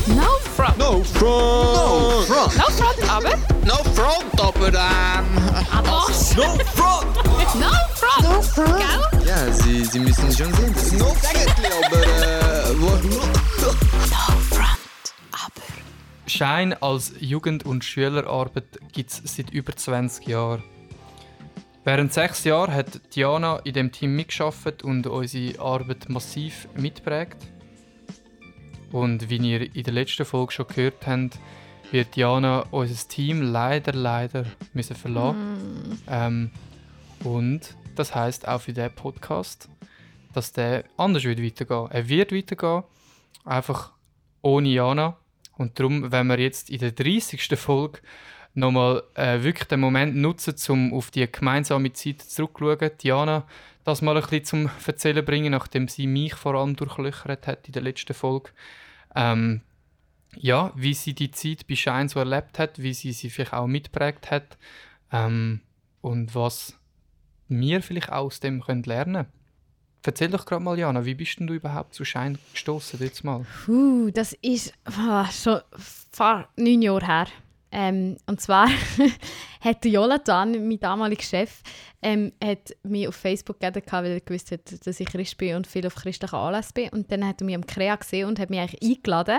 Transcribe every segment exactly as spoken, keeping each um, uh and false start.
No front. No front. No front. No front, aber... No front, aber ähm... Aber was? No front. No front. No front. Gell? Ja, Sie, Sie müssen schon sehen, das ist No Sägetli, aber äh... Wo? No front, aber... Schein als Jugend- und Schülerarbeit gibt es seit über zwanzig Jahren. Während sechs Jahren hat Diana in dem Team mitgearbeitet und unsere Arbeit massiv mitgeprägt. Und wie ihr in der letzten Folge schon gehört habt, wird Diana unser Team leider, leider müssen verlassen. Mm. Ähm, und das heisst auch für diesen Podcast, dass der anders wird weitergehen. Er wird weitergehen, einfach ohne Diana. Und darum, wenn wir jetzt in der dreißigsten Folge nochmal äh, wirklich den Moment nutzen, um auf die gemeinsame Zeit zurückzuschauen, Diana das mal ein bisschen zum Erzählen bringen, nachdem sie mich vor allem durchlöchert hat in der letzten Folge. Ähm, ja, wie sie die Zeit bei Schein so erlebt hat, wie sie sie vielleicht auch mitgeprägt hat ähm, und was wir vielleicht auch aus dem können lernen können. Erzähl doch gerade mal, Jana, wie bist denn du überhaupt zu Schein gestossen jetzt mal? Puh, das ist oh, schon fast neun Jahre her. Ähm, und zwar hat Jonathan, mein damaliger Chef, ähm, hat mich auf Facebook gegeben, weil er gewusst hat, dass ich Christ bin und viel auf christlichen Anlässen bin. Und dann hat er mich am Krea gesehen und hat mich eigentlich eingeladen,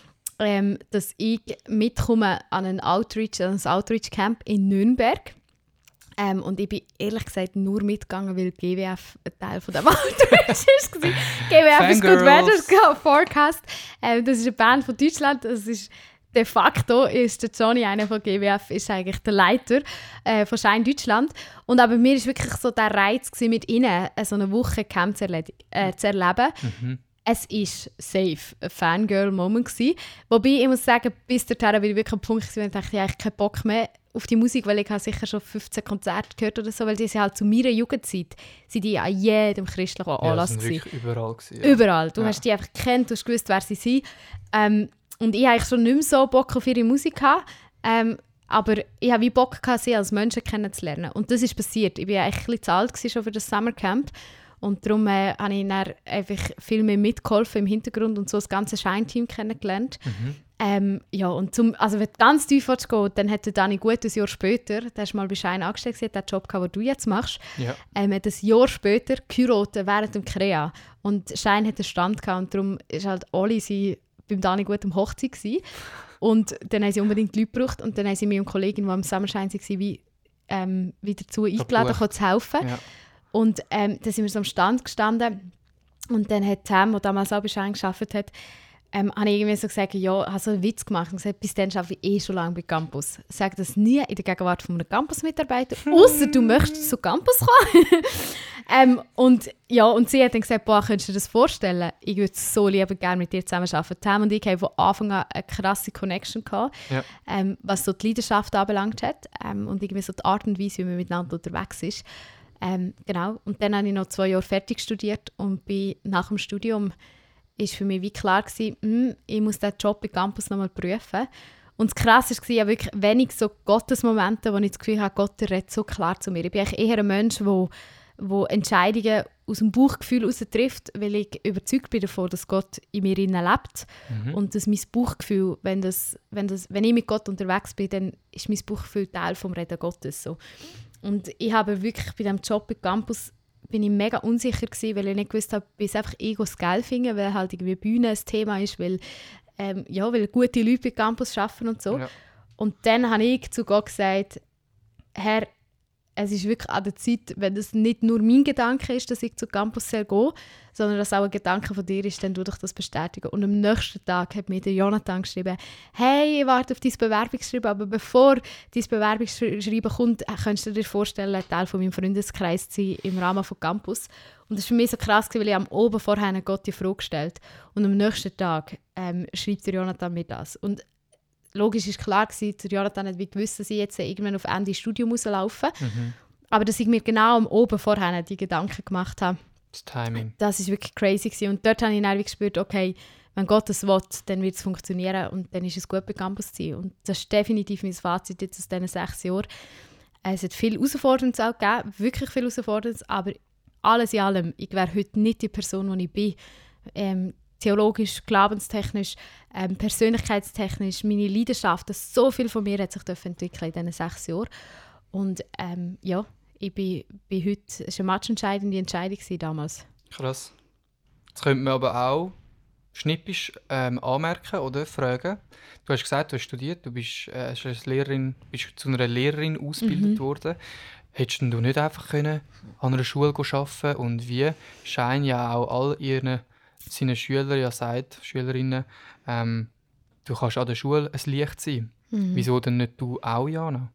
ähm, dass ich mitkomme an ein Outreach, an ein Outreach-Camp in Nürnberg. Ähm, und ich bin ehrlich gesagt nur mitgegangen, weil G W F ein Teil von dem Outreach war. G W F ist Good Weather Forecast. Ähm, das ist eine Band von Deutschland. Das ist de facto ist der Johnny, einer von G W F, ist eigentlich der Leiter äh, von Schein Deutschland. Und aber mir war wirklich so der Reiz gewesen, mit ihnen so eine Woche Camp zu, erled- äh, zu erleben. Mhm. Es war safe ein Fangirl-Moment gewesen. Wobei ich muss sagen, bis dahin bin ich wirklich am Punkt gewesen, wo ich dachte, ich habe keinen Bock mehr auf die Musik, weil ich habe sicher schon fünfzehn Konzerte gehört oder so, weil die sind halt zu meiner Jugendzeit sind die an jedem christlichen Anlass ja, gewesen. Überall gewesen, ja. Überall. Du ja. hast die einfach gekannt, du hast gewusst, wer sie sind. Ähm, und ich hatte schon nicht mehr so Bock auf ihre Musik gehabt, ähm, aber ich hatte wie Bock gehabt, sie als Menschen kennenzulernen. Und das ist passiert. Ich war eigentlich ein bisschen zu alt gewesen, schon für das Summercamp. Und darum äh, habe ich dann einfach viel mehr mitgeholfen im Hintergrund und so das ganze Schein-Team kennengelernt. Mhm. Ähm, ja, und zum, also wenn du ganz tief willst gehen, dann hat Dani gut ein Jahr später, der ist mal bei Schein angestellt, hat den Job gehabt, den du jetzt machst, ja. ähm, hat ein Jahr später geheiratet während dem Krea. Und Schein hat einen Stand gehabt und darum ist halt alle sie beim Dani gut am Hochzeit gewesen. Und dann haben sie unbedingt Leute gebraucht und dann haben sie mich und Kollegin, die am Summerschein waren, wie, ähm, wieder dazu eingeladen, zu helfen. Ja. Und ähm, dann sind wir so am Stand gestanden und dann hat Sam, der damals auch bei Schein gearbeitet hat, ähm, habe ich irgendwie so gesagt, ja, habe so einen Witz gemacht und gesagt, bis dann arbeite ich eh schon lange bei Campus. Sag das nie in der Gegenwart von einem Campus-Mitarbeiter, ausser du möchtest zu Campus kommen. ähm, und, ja, und sie hat dann gesagt, boah, könntest du dir das vorstellen? Ich würde so lieber gerne mit dir zusammen arbeiten. Sam und ich haben von Anfang an eine krasse Connection gehabt, ja. ähm, was so die Leidenschaft anbelangt hat ähm, und irgendwie so die Art und Weise, wie man miteinander unterwegs ist. Ähm, genau. Und dann habe ich noch zwei Jahre fertig studiert und bin nach dem Studium ist für mich wie klar gewesen, hm, ich muss diesen Job bei Campus nochmal prüfen. Und das Krasse war ja wirklich wenig so Gottesmomente, wo ich das Gefühl habe, Gott redet so klar zu mir. Ich bin eigentlich eher ein Mensch, der wo Entscheidungen aus dem Bauchgefühl heraus trifft, weil ich überzeugt bin davon, dass Gott in mir lebt. Mhm. Und dass mein Bauchgefühl, wenn, das, wenn, das, wenn ich mit Gott unterwegs bin, dann ist mein Bauchgefühl Teil vom Reden Gottes. So. Und ich habe wirklich bei diesem Job bei Campus bin ich mega unsicher gewesen, weil ich nicht gewusst habe, bis einfach Ego das Geil finden, weil halt irgendwie Bühne ein Thema ist, weil, ähm, ja, weil gute Leute bei Campus arbeiten und so. Ja. Und dann habe ich zu Gott gesagt, Herr, es ist wirklich an der Zeit, wenn das nicht nur mein Gedanke ist, dass ich zu Campus soll gehen, sondern dass auch ein Gedanke von dir ist, dann tu ich das bestätigen. Und am nächsten Tag hat mir der Jonathan geschrieben, hey, ich warte auf dein Bewerbungsschreiben, aber bevor dein Bewerbungsschreiben kommt, könntest du dir vorstellen, ein Teil von meinem Freundeskreis zu sein im Rahmen von Campus. Und das war für mich so krass, weil ich am Oben vorher Gott die Frage gestellt und am nächsten Tag ähm, schreibt der Jonathan mir das. Und logisch war klar, der Jonathan hat gewusst, dass ich jetzt irgendwann auf Ende Studium rauslaufe. Mhm. Aber dass ich mir genau am Oben vorher die Gedanken gemacht habe. Das Timing. Das war wirklich crazy gewesen. Und dort habe ich dann gespürt, okay, wenn Gott es will, dann wird es funktionieren und dann ist es gut bei Campus zu sein. Und das ist definitiv mein Fazit jetzt aus diesen sechs Jahren. Es hat viel Herausforderndes auch gegeben, wirklich viel Herausforderndes, aber alles in allem, ich wäre heute nicht die Person, die ich bin, ähm, theologisch, glaubenstechnisch, ähm, persönlichkeitstechnisch, meine Leidenschaft, dass so viel von mir hat sich entwickeln in diesen sechs Jahren. Und ähm, ja, ich bin, bin heute, es war eine matchentscheidende Entscheidung damals. Krass. Jetzt könnte man aber auch schnippisch ähm, anmerken oder fragen. Du hast gesagt, du hast studiert, du bist, äh, als Lehrerin, bist zu einer Lehrerin ausgebildet Mhm. worden. Hättest du nicht einfach können an einer Schule arbeiten und wie Schein ja auch all ihren, seinen Schülern ja sagt, Schülerinnen, ähm, du kannst an der Schule ein Licht sein. Mhm. Wieso denn nicht du auch, Jana?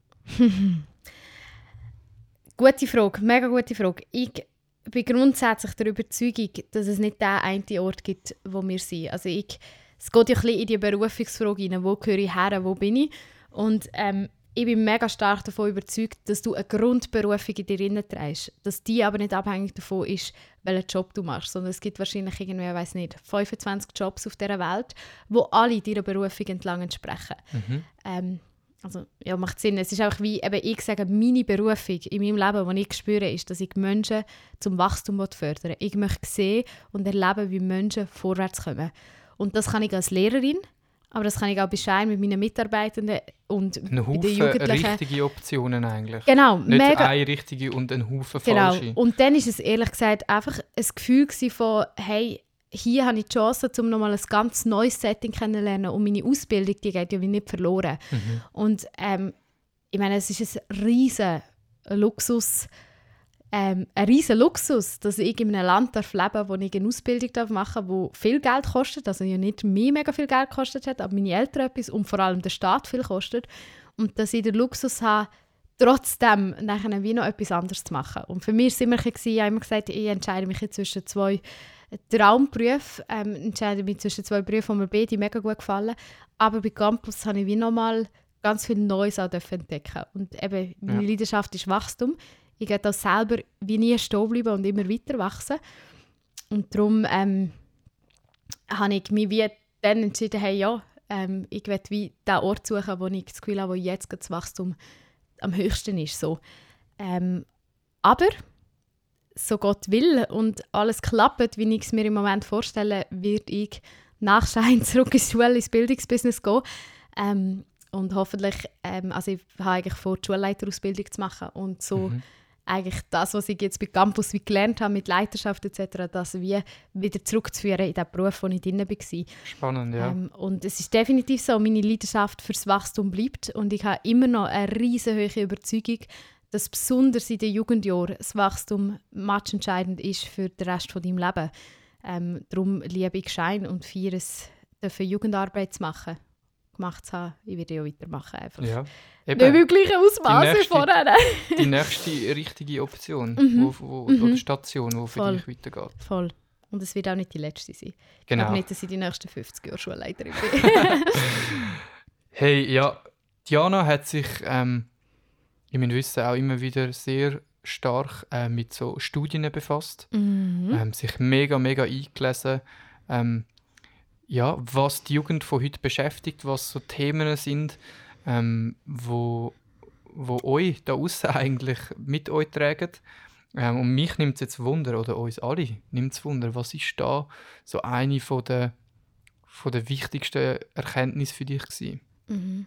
Gute Frage, mega gute Frage. Ich bin grundsätzlich der Überzeugung, dass es nicht den einen Ort gibt, wo wir sind. Also ich, es geht ja ein bisschen in die Berufungsfrage rein, wo gehöre ich her, wo bin ich. Und ähm, ich bin mega stark davon überzeugt, dass du eine Grundberufung in dir drin trägst. Dass die aber nicht abhängig davon ist, welchen Job du machst. Sondern es gibt wahrscheinlich irgendwie, ich weiss nicht, fünfundzwanzig Jobs auf dieser Welt, die alle deiner Berufung entlang entsprechen. Mhm. Ähm, also, ja, macht Sinn. Es ist einfach wie, eben, ich sage, meine Berufung in meinem Leben, die ich spüre, ist, dass ich Menschen zum Wachstum fördern will. Ich möchte sehen und erleben, wie Menschen vorwärts kommen. Und das kann ich als Lehrerin, aber das kann ich auch bei Schein mit meinen Mitarbeitenden und Ein bei den Haufen Jugendlichen. richtige Optionen eigentlich. Genau, Nicht mega. eine richtige und ein Haufen Genau. falsche. Und dann war es ehrlich gesagt einfach ein Gefühl von, hey, hier habe ich die Chance, um nochmal ein ganz neues Setting kennenzulernen und meine Ausbildung, die geht ja wie nicht verloren. Mhm. Und ähm, ich meine, es ist ein riesen Luxus, ähm, ein riesen Luxus, dass ich in einem Land darf leben darf, wo ich eine Ausbildung darf machen darf, die viel Geld kostet, also ja nicht mir mega viel Geld gekostet hat, aber meine Eltern etwas und vor allem der Staat viel kostet. Und dass ich den Luxus habe, trotzdem nachher wie noch etwas anderes zu machen. Und für mich war es immer, ich habe immer gesagt, ich entscheide mich jetzt zwischen zwei Traumberufen, ähm, entscheide mich zwischen zwei Berufen, die mir beide mega gut gefallen. Aber bei Campus habe ich wie nochmal ganz viel Neues auch entdecken. Und eben, meine Ja. Leidenschaft ist Wachstum. Ich gehe da selber wie nie stehen bleiben und immer weiter wachsen. Und darum ähm, habe ich mich wie dann entschieden, hey, ja, ähm, ich will wie den Ort suchen, wo ich das Gefühl habe, wo jetzt das Wachstum am höchsten ist. So. Ähm, aber so Gott will und alles klappt, wie ich es mir im Moment vorstelle, werde ich nach Schein zurück in die Schule, ins Bildungsbusiness gehen. Ähm, und hoffentlich, ähm, also ich habe eigentlich vor, die Schulleiterausbildung zu machen und so Mhm. eigentlich das, was ich jetzt bei Campus wie gelernt habe, mit Leiterschaft et cetera, das wie wieder zurückzuführen in den Beruf, wo ich drin war. Spannend, ja. Ähm, und es ist definitiv so, meine Leidenschaft fürs Wachstum bleibt und ich habe immer noch eine riesen hohe Überzeugung, dass besonders in den Jugendjahren das Wachstum matchentscheidend ist für den Rest von deinem Leben. Ähm, darum liebe ich Schein und feiere es, dafür Jugendarbeit zu machen. Gemacht zu haben, ich werde ja weitermachen. Einfach. ja. Nicht im gleichen Ausmaß wie nächste- vorher. Die nächste richtige Option Mhm. wo, wo, Mhm. oder Station, die für Voll. dich weitergeht. Voll. Und es wird auch nicht die letzte sein. Ich Genau. glaube nicht, dass ich die nächsten fünfzig Jahre Schulleiterin bin. Hey, ja, Diana hat sich ähm, in meinem Wissen auch immer wieder sehr stark äh, mit so Studien befasst, mhm. ähm, sich mega, mega eingelesen, ähm, ja, was die Jugend von heute beschäftigt, was so Themen sind, ähm, wo, wo euch da außen eigentlich mit euch tragen. Ähm, und mich nimmt es jetzt Wunder, oder uns alle nimmt es Wunder, was ist da so eine von der, von der wichtigsten Erkenntnisse für dich gewesen? Mhm.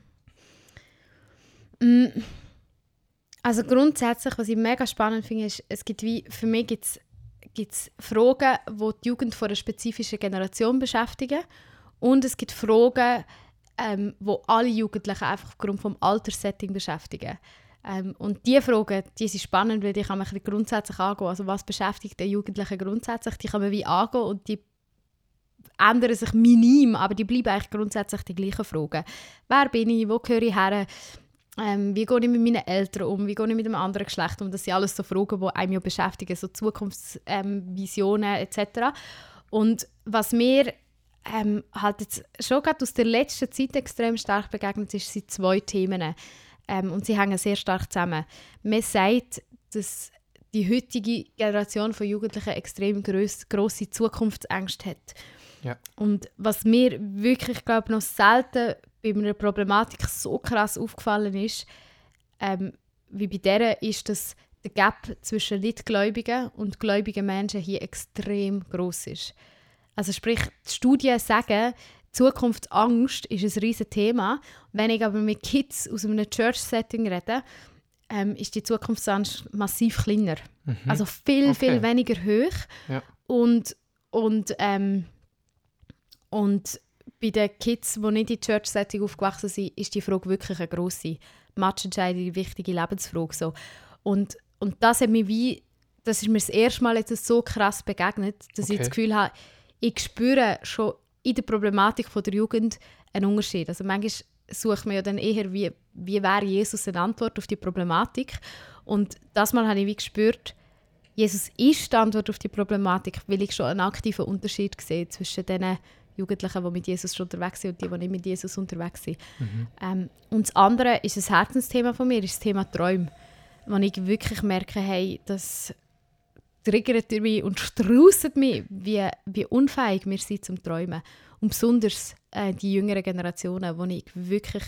Mm, Also grundsätzlich, was ich mega spannend finde, ist, es gibt wie, für mich gibt es Fragen, die die Jugend von einer spezifischen Generation beschäftigen. Und es gibt Fragen, ähm, die alle Jugendlichen einfach aufgrund des Alterssetting beschäftigen. Ähm, und diese Fragen, die sind spannend, weil die kann man ein bisschen grundsätzlich angehen. Also was beschäftigt den Jugendlichen grundsätzlich? Die kann man wie angehen und die ändern sich minim, aber die bleiben eigentlich grundsätzlich die gleichen Fragen. Wer bin ich? Wo gehöre ich her? Ähm, wie gehe ich mit meinen Eltern um? Wie gehe ich mit einem anderen Geschlecht um? Das sind alles so Fragen, die einem ja beschäftigen, so Zukunftsvisionen ähm, et cetera. Und was mir ähm, halt jetzt schon gerade aus der letzten Zeit extrem stark begegnet ist, sind zwei Themen. Ähm, und sie hängen sehr stark zusammen. Man sagt, dass die heutige Generation von Jugendlichen extrem gross, grosse Zukunftsängste hat. Ja. Und was mir wirklich, glaube noch selten bei einer Problematik so krass aufgefallen ist, ähm, wie bei der, ist, dass der Gap zwischen Nichtgläubigen und gläubigen Menschen hier extrem gross ist. Also sprich, die Studien sagen, Zukunftsangst ist ein riesiges Thema. Wenn ich aber mit Kids aus einem Church-Setting rede, ähm, ist die Zukunftsangst massiv kleiner. Mhm. Also viel, Okay. viel weniger hoch. Ja. Und, und, ähm, und bei den Kids, die nicht in Church-Setting aufgewachsen sind, ist die Frage wirklich eine grosse, matchentscheidende, wichtige Lebensfrage. So. Und, und das hat mich wie, das ist mir das erste Mal jetzt so krass begegnet, dass ich Okay. das Gefühl habe, ich spüre schon in der Problematik von der Jugend einen Unterschied. Also manchmal sucht man ja dann eher, wie, wie wäre Jesus eine Antwort auf die Problematik. Und das Mal habe ich wie gespürt, Jesus ist die Antwort auf die Problematik, weil ich schon einen aktiven Unterschied sehe zwischen den Jugendlichen, die mit Jesus schon unterwegs sind und die, die nicht mit Jesus unterwegs sind. Mhm. Ähm, und das andere ist ein Herzensthema von mir, ist das Thema Träume. Wo ich wirklich merke, hey, das triggert mich und strauset mich, wie, wie unfähig wir sind zum Träumen. Und besonders äh, die jüngeren Generationen, wo ich wirklich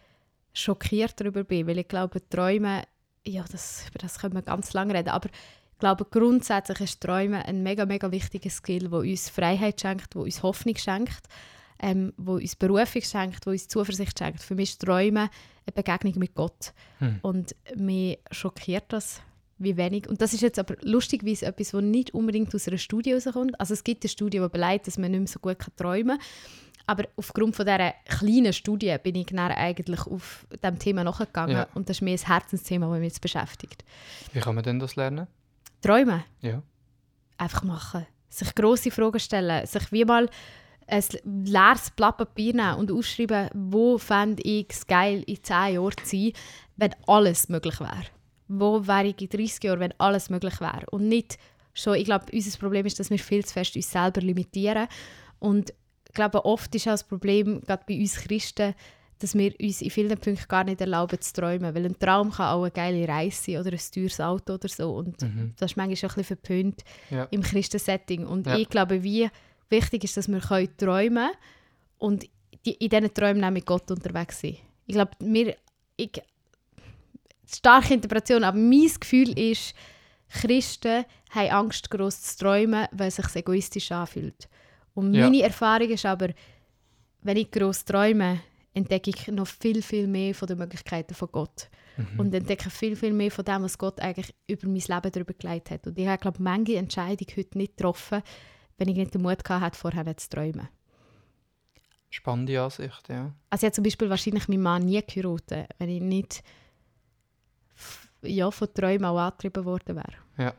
schockiert darüber bin, weil ich glaube, Träume, ja, das, über das können wir ganz lange reden, aber ich glaube, grundsätzlich ist Träumen ein mega, mega wichtiger Skill, der uns Freiheit schenkt, der uns Hoffnung schenkt, ähm, wo uns Berufung schenkt, wo uns Zuversicht schenkt. Für mich ist Träumen eine Begegnung mit Gott. Hm. Und mich schockiert das, wie wenig. Und das ist jetzt aber lustigerweise etwas, das nicht unbedingt aus einer Studie rauskommt. Also es gibt eine Studie, die beleidigt, dass man nicht mehr so gut träumen kann. Aber aufgrund von dieser kleinen Studie bin ich dann eigentlich auf diesem Thema nachgegangen. Ja. Und das ist mir ein Herzensthema, das mich jetzt beschäftigt. Wie kann man denn das lernen? Träumen. Ja. Einfach machen. Sich grosse Fragen stellen. Sich wie mal ein leeres Blatt Papier nehmen und aufschreiben, wo fände ich es geil, in zehn Jahren zu sein, wenn alles möglich wäre. Wo wäre ich in dreißig Jahren, wenn alles möglich wäre. Und nicht schon, ich glaube, unser Problem ist, dass wir viel zu fest uns selber limitieren. Und ich glaube, oft ist auch das Problem, gerade bei uns Christen, dass wir uns in vielen Punkten gar nicht erlauben zu träumen. Weil ein Traum kann auch eine geile Reise sein oder ein teures Auto oder so. Und Mhm. das ist manchmal schon ein bisschen verpönt Ja. im Christen-Setting. Und Ja. ich glaube, wie wichtig ist, dass wir können träumen können und die, in diesen Träumen auch mit Gott unterwegs sind. Ich glaube, wir, ich, starke Interpretation, aber mein Gefühl ist, Christen haben Angst, gross zu träumen, weil es sich egoistisch anfühlt. Und Ja. meine Erfahrung ist aber, wenn ich gross träume, entdecke ich noch viel, viel mehr von den Möglichkeiten von Gott. Mhm. Und entdecke viel, viel mehr von dem, was Gott eigentlich über mein Leben darüber gelegt hat. Und ich habe, glaube ich, manche Entscheidung heute nicht getroffen, wenn ich nicht den Mut hatte, vorher nicht zu träumen. Spannende Ansicht, ja. Also ich hätte zum Beispiel wahrscheinlich meinen Mann nie geheiratet, wenn ich nicht f- ja, von Träumen auch angetrieben worden wäre. Ja.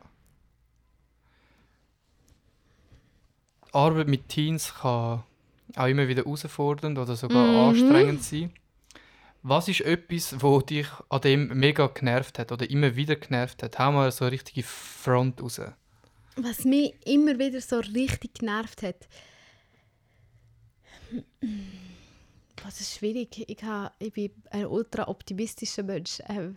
Die Arbeit mit Teens kann auch immer wieder herausfordernd oder sogar Mhm. anstrengend sein. Was ist etwas, was dich an dem mega genervt hat oder immer wieder genervt hat? Hau mal so eine richtige Front raus. Was mich immer wieder so richtig genervt hat, was ist schwierig. Ich, habe, ich bin ein ultra optimistischer Mensch. Ähm,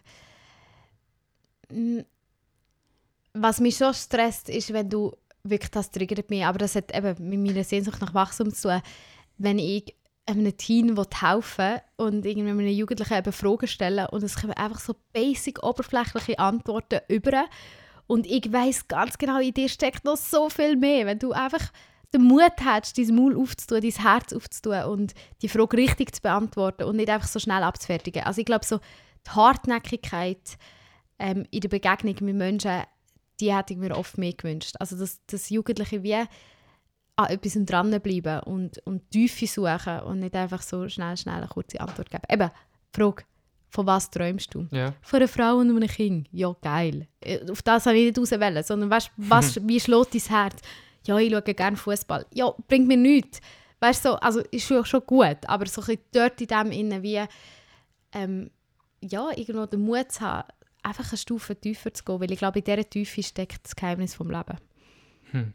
mm, was mich schon stresst, ist, wenn du wirklich, das triggert mich, aber das hat eben mit meiner Sehnsucht nach Wachstum zu tun, wenn ich einem Teen helfen will und irgendwie einem Jugendlichen eben Fragen stellen und es kommen einfach so basic, oberflächliche Antworten über und ich weiss ganz genau, in dir steckt noch so viel mehr, wenn du einfach den Mut hast, dein Maul aufzutun, dein Herz aufzutun und die Frage richtig zu beantworten und nicht einfach so schnell abzufertigen. Also ich glaube, so die Hartnäckigkeit ähm, in der Begegnung mit Menschen, die hätte ich mir oft mehr gewünscht. Also dass, dass Jugendliche wie an etwas dranbleiben und, und Tiefe suchen und nicht einfach so schnell, schnell eine kurze Antwort geben. Eben, die Frage, von was träumst du? Ja. Von einer Frau und einem Kind? Ja, geil. Äh, Auf das habe ich nicht rauswählen, sondern weißt, was, wie schlägt dein Herz? Ja, ich schaue gerne Fußball. Ja, bringt mir nichts. Weißt du, so, also ist schon, schon gut, aber so ein bisschen dort in dem Innen wie ähm, ja, irgendwo den Mut zu haben, einfach eine Stufe tiefer zu gehen, weil ich glaube, in dieser Tiefe steckt das Geheimnis vom Leben. Hm.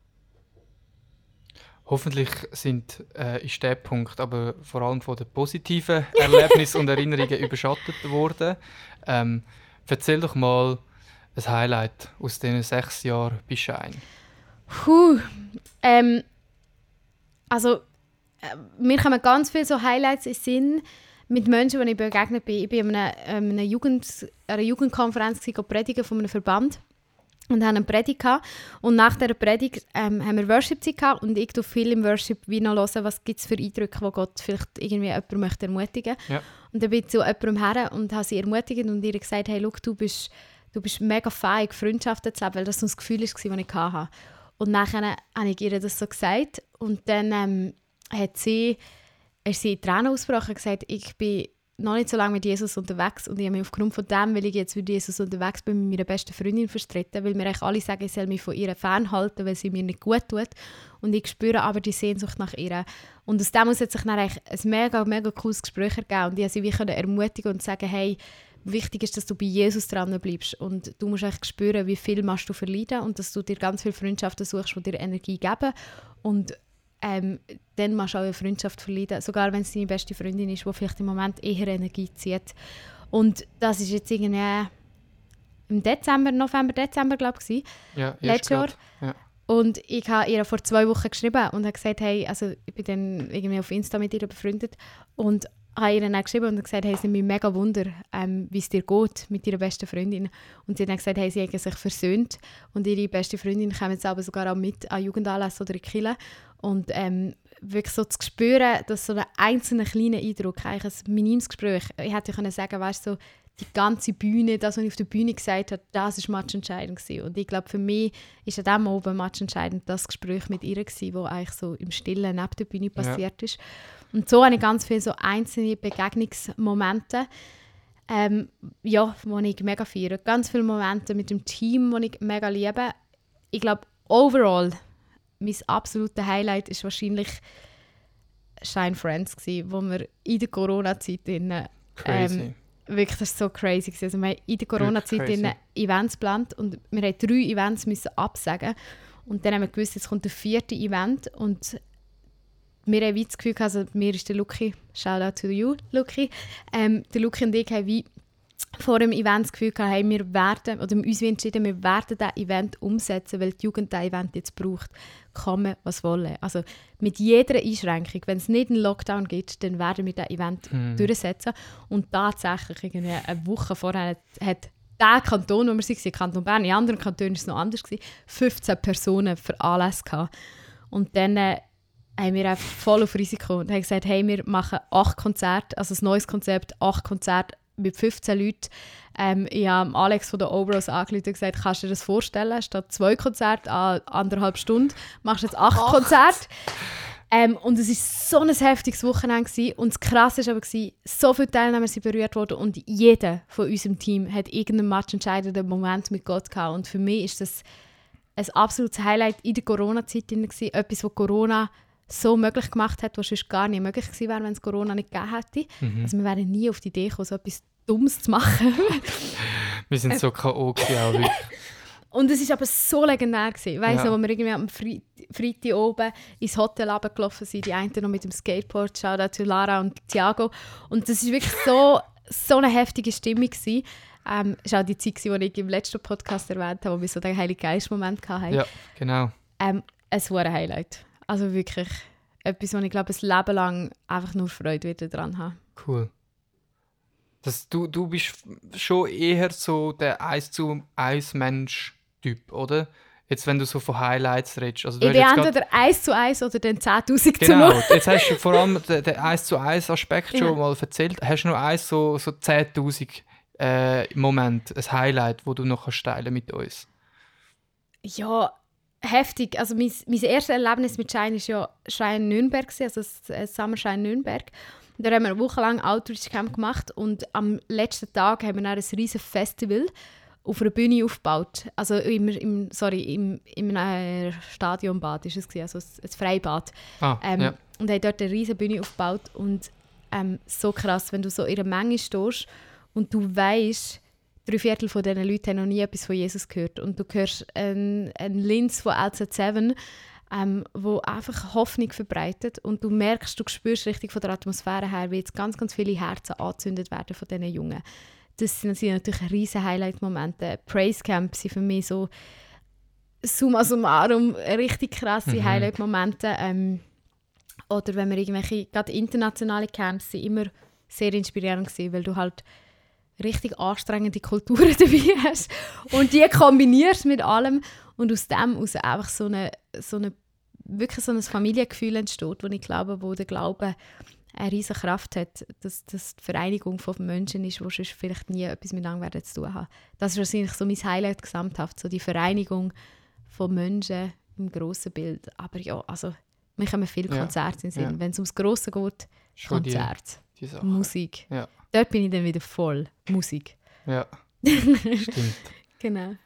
Hoffentlich sind, äh, ist der Punkt aber vor allem von den positiven Erlebnissen und Erinnerungen überschattet worden. Ähm, erzähl doch mal ein Highlight aus diesen sechs Jahren bei Shine. Puh, ähm, also äh, mir kommen ganz viele so Highlights in den Sinn mit Menschen, denen ich begegnet bin. Ich war an einer, einer, Jugend, einer Jugendkonferenz predigen von einem Verband und haben eine Predigt gehabt. Und nach dieser Predigt ähm, haben wir Worship-Zeit gehabt und ich tue viel im Worship wie noch hören, was gibt es für Eindrücke, wo Gott vielleicht irgendwie jemanden möchte ermutigen. Ja. Und dann bin ich zu jemandem her und habe sie ermutigt und ihr gesagt, hey, look, du bist, du bist mega fähig, Freundschaften zu haben, weil das so das Gefühl war, das ich hatte. Und nachher habe ich ihr das so gesagt und dann ähm, hat sie, ist sie in Tränen ausgebrochen und gesagt, ich bin noch nicht so lange mit Jesus unterwegs und ich habe mich aufgrund von dem, weil ich jetzt mit Jesus unterwegs bin, mit meiner besten Freundin verstritten, weil mir eigentlich alle sagen, ich soll mich von ihr fernhalten, weil sie mir nicht gut tut. Und ich spüre aber die Sehnsucht nach ihr. Und aus dem hat sich dann eigentlich ein mega, mega cooles Gespräch ergeben und ich konnte sie wie ermutigen und sagen, hey, wichtig ist, dass du bei Jesus dran bleibst und du musst eigentlich spüren, wie viel machst du verleiden und dass du dir ganz viele Freundschaften suchst, die dir Energie geben und Ähm, dann machst du auch eine Freundschaft verleiden, sogar wenn es deine beste Freundin ist, die vielleicht im Moment eher Energie zieht. Und das ist jetzt irgendwie im Dezember, November, Dezember, glaube ich, ja, letztes Jahr. Ja. Und ich habe ihr vor zwei Wochen geschrieben und habe gesagt, hey, also ich bin dann irgendwie auf Insta mit ihr befreundet und habe ihr dann auch geschrieben und gesagt, hey, es nimmt mich mega Wunder, ähm, wie es dir geht mit ihrer besten Freundin. Und sie hat dann gesagt, hey, sie haben sich versöhnt und ihre beste Freundin kommt jetzt aber sogar auch mit an Jugendanlässe oder in Kirche. Und ähm, wirklich so zu spüren, dass so ein einzelner kleiner Eindruck, eigentlich ein minimes Gespräch, ich hätte ja können sagen, weißt du, so, die ganze Bühne, das, was ich auf der Bühne gesagt habe, das war matchentscheidend gewesen. Und ich glaube, für mich ist an diesem Abend matchentscheidend das Gespräch mit ihr gewesen, das eigentlich so im Stillen neben der Bühne passiert ja. ist. Und so habe ich ganz viele so einzelne Begegnungsmomente, ähm, ja, die ich mega feiere. Ganz viele Momente mit dem Team, die ich mega liebe. Ich glaube, overall, mein absolutes Highlight war wahrscheinlich Shine Friends gewesen, wo wir in der Corona-Zeit ähm, wirklich, das war so crazy gewesen. Also wir haben in der Corona-Zeit Events geplant und wir mussten drei Events müssen absagen und dann haben wir gewusst, jetzt kommt der vierte Event und wir haben wie das Gefühl, also mir ist der Luki, shout out to you, Luki, ähm, der Luki und ich haben wie vor dem Event das Gefühl gehabt, hey, wir werden, oder uns entschieden, wir werden dieses Event umsetzen, weil die Jugend dieses Event jetzt braucht. Kann was wollen. Also mit jeder Einschränkung, wenn es nicht einen Lockdown gibt, dann werden wir dieses Event hm. durchsetzen. Und tatsächlich, irgendwie eine Woche vorher hat, hat der Kanton, wo wir waren, Kanton Bern, in anderen Kantonen war es noch anders, fünfzehn Personen für Anlässe gehabt. Und dann äh, haben wir einfach voll auf Risiko und haben gesagt, hey, wir machen acht Konzerte, also ein neues Konzept, acht Konzerte mit fünfzehn Leuten. Ähm, ich habe Alex von der Obros angerufen und gesagt, kannst du dir das vorstellen? Statt zwei Konzerte an anderthalb Stunden machst du jetzt acht Ach. Konzerte. Ähm, und es war so ein heftiges Wochenende gewesen. Und das Krasse war aber, gewesen, so viele Teilnehmer sind berührt worden und jeder von unserem Team hat irgendeinen matchentscheidenden Moment mit Gott gehabt. Und für mich ist das ein absolutes Highlight in der Corona-Zeit gewesen. Etwas, was Corona so möglich gemacht hat, was sonst gar nicht möglich gewesen wäre, wenn es Corona nicht gegeben hätte. Mhm. Also wir wären nie auf die Idee gekommen, so etwas Dummes zu machen. Wir sind so K O gewesen. Und es war aber so legendär gewesen. Weißt du, ja. Wo wir irgendwie am Fre- Freitag oben ins Hotel runtergelaufen sind, die einen noch mit dem Skateboard, Shoutout zu Lara und Thiago. Und das war wirklich so, so eine heftige Stimmung gewesen. Ähm, es war auch die Zeit, die ich im letzten Podcast erwähnt habe, wo wir so den Heiligen Geist-Moment hatten. Ja, genau. Ähm, es war ein Highlight. Also wirklich etwas, wo ich glaube, ein Leben lang einfach nur Freude wieder dran habe. Cool. Das, du, du bist schon eher so der eins zu eins Mensch-Typ, oder? Jetzt, wenn du so von Highlights redest. Also, du ich bin entweder eins zu eins oder dann zehntausend zu null. Genau, jetzt hast du vor allem den, den eins zu eins Aspekt schon ja. mal erzählt. Hast du noch eins so, so zehntausend äh, Moment, ein Highlight, das du noch kannst teilen mit uns? Ja, heftig. Also mein, mein erstes Erlebnis mit Shine war ja Shine Nürnberg, also das Summer Shine Nürnberg. Und da haben wir eine Woche lang Outreach Camp gemacht und am letzten Tag haben wir dann ein riesiges Festival auf einer Bühne aufgebaut. Also im, im, sorry, im, im äh, Stadionbad war es, also ein Freibad. Ah, ähm, ja. Und haben dort eine riesige Bühne aufgebaut und ähm, so krass, wenn du so in einer Menge stehst und du weißt, drei Viertel von diesen Leuten haben noch nie etwas von Jesus gehört. Und du hörst einen, einen Linz von L Z sieben, ähm, wo einfach Hoffnung verbreitet. Und du merkst, du spürst richtig von der Atmosphäre her, wie jetzt ganz, ganz viele Herzen angezündet werden von diesen Jungen. Das sind, sind natürlich riesige Highlight-Momente. Praise Camp sind für mich so summa summarum richtig krasse mhm. Highlight-Momente. Ähm, oder wenn wir irgendwelche, gerade internationale Camps sind immer sehr inspirierend gewesen, weil du halt richtig anstrengende Kulturen dabei hast und die kombinierst mit allem und aus dem aus einfach so eine, so eine wirklich so ein Familiengefühl entsteht, wo ich glaube, wo der Glaube eine riesige Kraft hat, dass das die Vereinigung von Menschen ist, die sonst vielleicht nie etwas miteinander zu tun haben. Das ist wahrscheinlich so mein Highlight gesamthaft, so die Vereinigung von Menschen im grossen Bild. Aber ja, also mir kommen viele Konzerte in den Sinn. Ja. Wenn es ums Grosse geht, Schon Konzert, die, die Musik. Ja. Dort bin ich dann wieder voll. Musik. Ja, stimmt. Genau.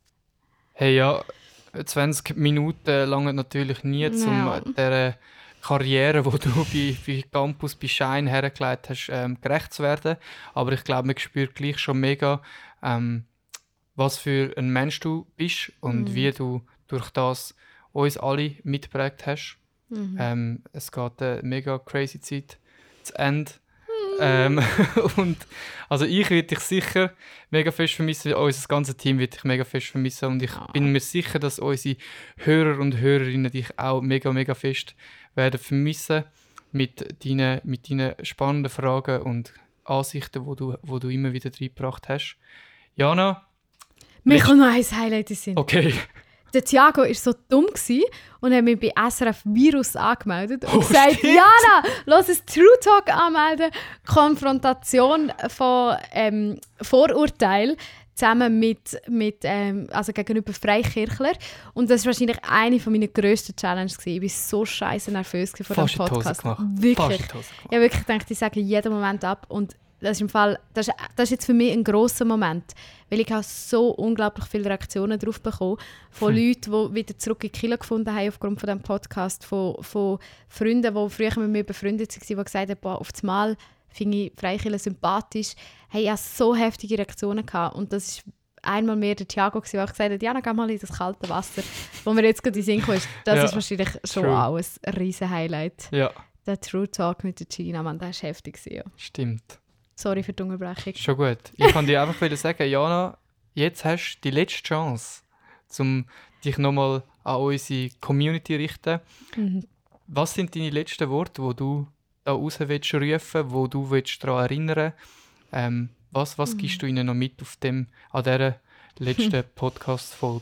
Hey, ja, zwanzig Minuten lang natürlich nie, um Ja. dieser Karriere, die du bei, bei Campus, bei Shine hergelegt hast, ähm, gerecht zu werden. Aber ich glaube, man spürt gleich schon mega, ähm, was für ein Mensch du bist und Mhm. wie du durch das uns alle mitgeprägt hast. Mhm. Ähm, es geht eine mega crazy Zeit zu Ende. Mhm. Ähm, und also ich würde dich sicher mega fest vermissen, unser ganzes Team wird dich mega fest vermissen und ich Ah. bin mir sicher, dass unsere Hörer und Hörerinnen dich auch mega, mega fest werden vermissen mit deinen, mit deinen spannenden Fragen und Ansichten, die du, wo du immer wieder reingebracht hast. Jana, Mir kommt noch ein Highlight in den Sinn. okay. Der Thiago war so dumm gewesen und hat mich bei S R F Virus angemeldet und Oh, gesagt, stimmt. Jana, lass es True Talk anmelden, Konfrontation von ähm, Vorurteil zusammen mit, mit ähm, also gegenüber Freikirchler. Und das war wahrscheinlich eine von meiner grössten Challenges gewesen. Ich war so scheiße nervös vor Fast dem in die Hose Podcast. gemacht. Fast Wirklich. in die Hose gemacht. Ich habe wirklich gedacht, ich sage jeden Moment ab und das ist im Fall, das ist, das ist jetzt für mich ein grosser Moment, weil ich habe so unglaublich viele Reaktionen darauf bekommen von Hm. Leuten, die wieder zurück in die Kirche gefunden haben aufgrund von diesem Podcast, von, von Freunden, die früher mit mir befreundet waren, die gesagt haben, boah, auf das Mal finde ich Freikirche sympathisch. Hey, ich hatte so heftige Reaktionen gehabt und das ist einmal mehr der Thiago gewesen, der auch gesagt hat, ja, geh mal in das kalte Wasser, wo mir jetzt gerade in den Sinn kam. Das Ja, ist wahrscheinlich schon true. auch ein riesen Highlight. Ja, Der True Talk mit der Gina, Mann, das war heftig. Ja. stimmt. Sorry für die Unterbrechung. Schon gut. Ich kann dir einfach wieder sagen, Jana, jetzt hast du die letzte Chance, um dich nochmal an unsere Community zu richten. Mhm. Was sind deine letzten Worte, die du da raus willst rufen, wo du willst daran erinnern ähm, Was, was Mhm. gibst du ihnen noch mit auf dem, an dieser letzten Podcast-Folge?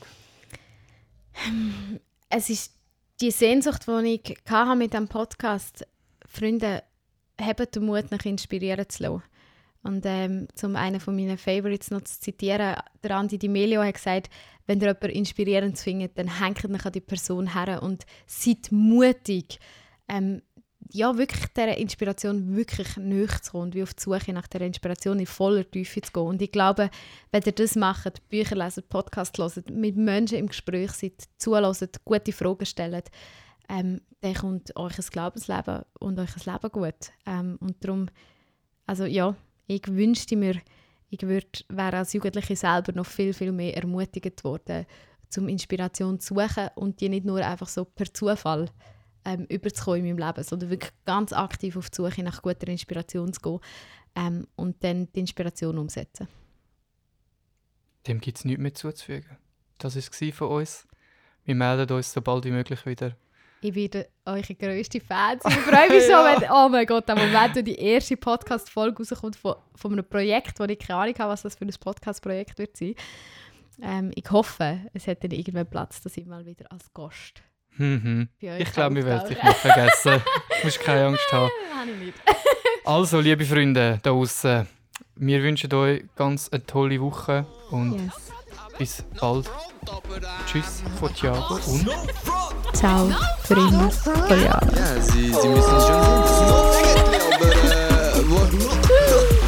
Es ist die Sehnsucht, die ich hatte mit diesem Podcast. Freunde, habt den Mut, mich inspirieren zu lassen. Und ähm, um einen von meinen Favorites noch zu zitieren, der Andi Di Melio hat gesagt, wenn ihr jemanden inspirierend findet, dann hängt euch an die Person her und seid mutig, ähm, ja, wirklich dieser Inspiration wirklich näher zu kommen und wie auf die Suche nach dieser Inspiration in voller Tiefe zu gehen. Und ich glaube, wenn ihr das macht, Bücher lesen, Podcasts hören, mit Menschen im Gespräch seid, zuhört, gute Fragen stellt, ähm, dann kommt euch ein Glaubensleben und euch ein Leben gut. Ähm, und darum, also ja, ich wünschte mir, ich würd, wäre als Jugendliche selber noch viel, viel mehr ermutigt worden, um Inspiration zu suchen und die nicht nur einfach so per Zufall ähm, überzukommen in meinem Leben, sondern wirklich ganz aktiv auf die Suche nach guter Inspiration zu gehen ähm, und dann die Inspiration umsetzen. Dem gibt es nichts mehr zuzufügen. Das war es von uns. Wir melden uns so bald wie möglich wieder. Ich werde eure grösste Fans sein. Ich freue mich so, Ja. wenn, oh mein Gott, der Moment, wo die erste Podcast-Folge rauskommt von, von einem Projekt, wo ich keine Ahnung habe, was das für ein Podcast-Projekt wird sein. Ähm, ich hoffe, es hat dann irgendwann Platz, dass ich mal wieder als Gast Mhm. bei euch Ich glaube, wir werden dich auftauche. nicht vergessen. Du musst keine Angst haben. Habe ich nicht. Also, liebe Freunde da draußen, wir wünschen euch ganz eine tolle Woche und Yes. bis bald. Tschüss von Thiago und Ciao, für immer, für Jahre. Ja, sie, sie müssen schon sehen. Das ist aber, äh, wo,